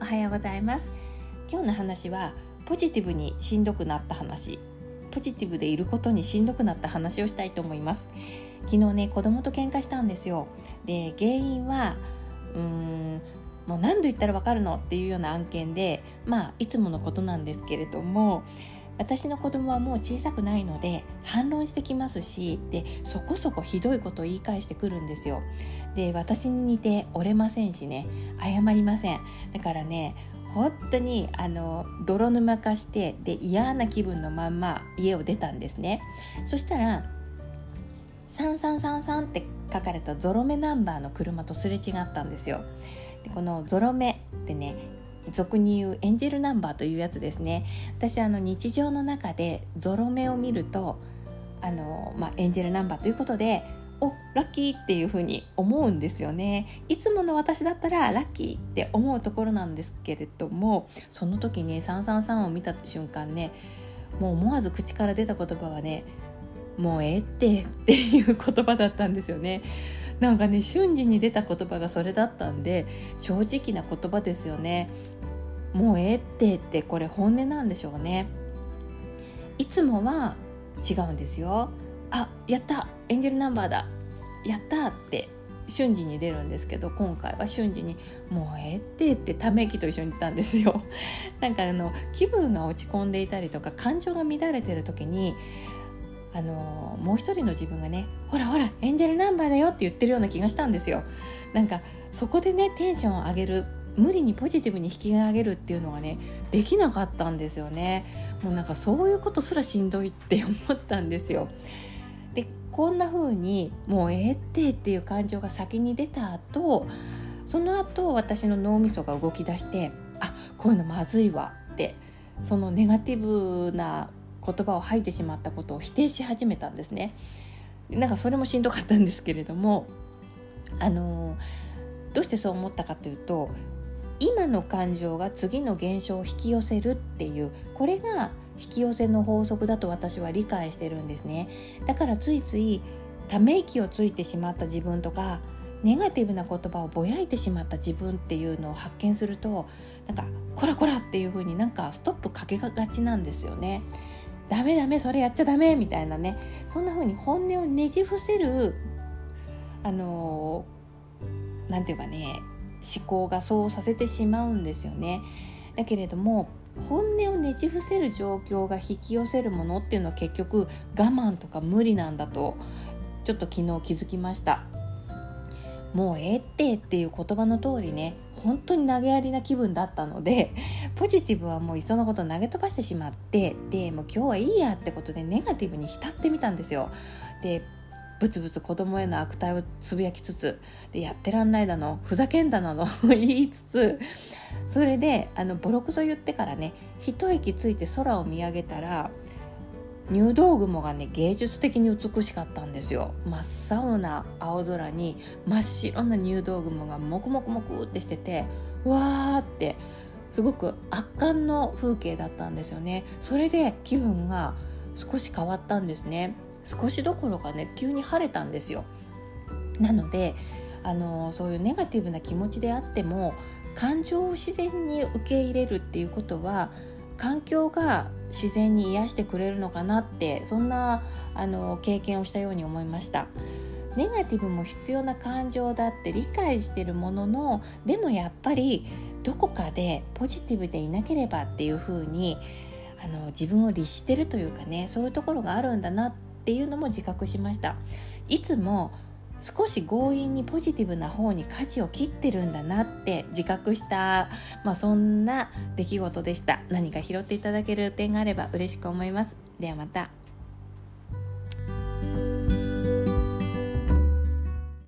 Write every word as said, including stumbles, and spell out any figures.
おはようございます。今日の話はポジティブにしんどくなった話、ポジティブでいることにしんどくなった話をしたいと思います。昨日ね、子供と喧嘩したんですよ。で、原因はうーんもう何度言ったらわかるのっていうような案件で、まあいつものことなんですけれども、私の子供はもう小さくないので反論してきますし、でそこそこひどいことを言い返してくるんですよ。で、私に似て折れませんしね、謝りません。だからね、本当にあの泥沼化して、で嫌な気分のまんま家を出たんですね。そしたらさんさんさんさんって書かれたゾロ目ナンバーの車とすれ違ったんですよ。でこのゾロ目ってね、俗に言うエンジェルナンバーというやつですね。私はあの日常の中でゾロ目を見るとあの、まあ、エンジェルナンバーということで、おラッキーっていう風に思うんですよね。いつもの私だったらラッキーって思うところなんですけれども、その時ねさんさんさんを見た瞬間ね、もう思わず口から出た言葉はね、もうええってっていう言葉だったんですよね。なんかね、瞬時に出た言葉がそれだったんで、正直な言葉ですよね。もうええってってこれ本音なんでしょうね。いつもは違うんですよ。あ、やった、エンジェルナンバーだ、やったって瞬時に出るんですけど、今回は瞬時にもうええってってため息と一緒に言ったんですよ。なんかあの気分が落ち込んでいたりとか感情が乱れてる時に、あのもう一人の自分がね、ほらほらエンジェルナンバーだよって言ってるような気がしたんですよ。なんかそこでね、テンションを上げる、無理にポジティブに引き上げるっていうのがね、できなかったんですよね。もうなんかそういうことすらしんどいって思ったんですよ。で、こんな風にもうええってっていう感情が先に出た後、その後私の脳みそが動き出して、あ、こういうのまずいわって、そのネガティブな言葉を吐いてしまったことを否定し始めたんですね。なんかそれもしんどかったんですけれども、あのどうしてそう思ったかというと、今の感情が次の現象を引き寄せるっていう、これが引き寄せの法則だと私は理解してるんですね。だからついついため息をついてしまった自分とか、ネガティブな言葉をぼやいてしまった自分っていうのを発見すると、なんかこらこらっていう風になんかストップかけがちなんですよね。ダメダメ、それやっちゃダメみたいなね、そんな風に本音をねじ伏せるあのー、なんていうかね、思考がそうさせてしまうんですよね。だけれども本音をねじ伏せる状況が引き寄せるものっていうのは結局我慢とか無理なんだと、ちょっと昨日気づきました。もうええってっていう言葉の通りね、本当に投げやりな気分だったので、ポジティブはもういっそのこと投げ飛ばしてしまって、でもう今日はいいやってことでネガティブに浸ってみたんですよ。で、ブツブツ子供への悪態をつぶやきつつ、でやってらんないだの、ふざけんだなの言いつつ、それであのボロクソ言ってからね、一息ついて空を見上げたら、入道雲がね芸術的に美しかったんですよ。真っ青な青空に真っ白な入道雲がもくもくもくってしてて、うわーってすごく圧巻の風景だったんですよね。それで気分が少し変わったんですね。少しどころかね、急に晴れたんですよ。なのであのそういうネガティブな気持ちであっても、感情を自然に受け入れるっていうことは、環境が自然に癒してくれるのかなって、そんなあの経験をしたように思いました。ネガティブも必要な感情だって理解しているものの、でもやっぱりどこかでポジティブでいなければっていう風にあの自分を律してるというかね、そういうところがあるんだなっていうのも自覚しました。いつも少し強引にポジティブな方に舵を切ってるんだなって自覚した、まあ、そんな出来事でした。何か拾っていただける点があれば嬉しく思います。ではまた。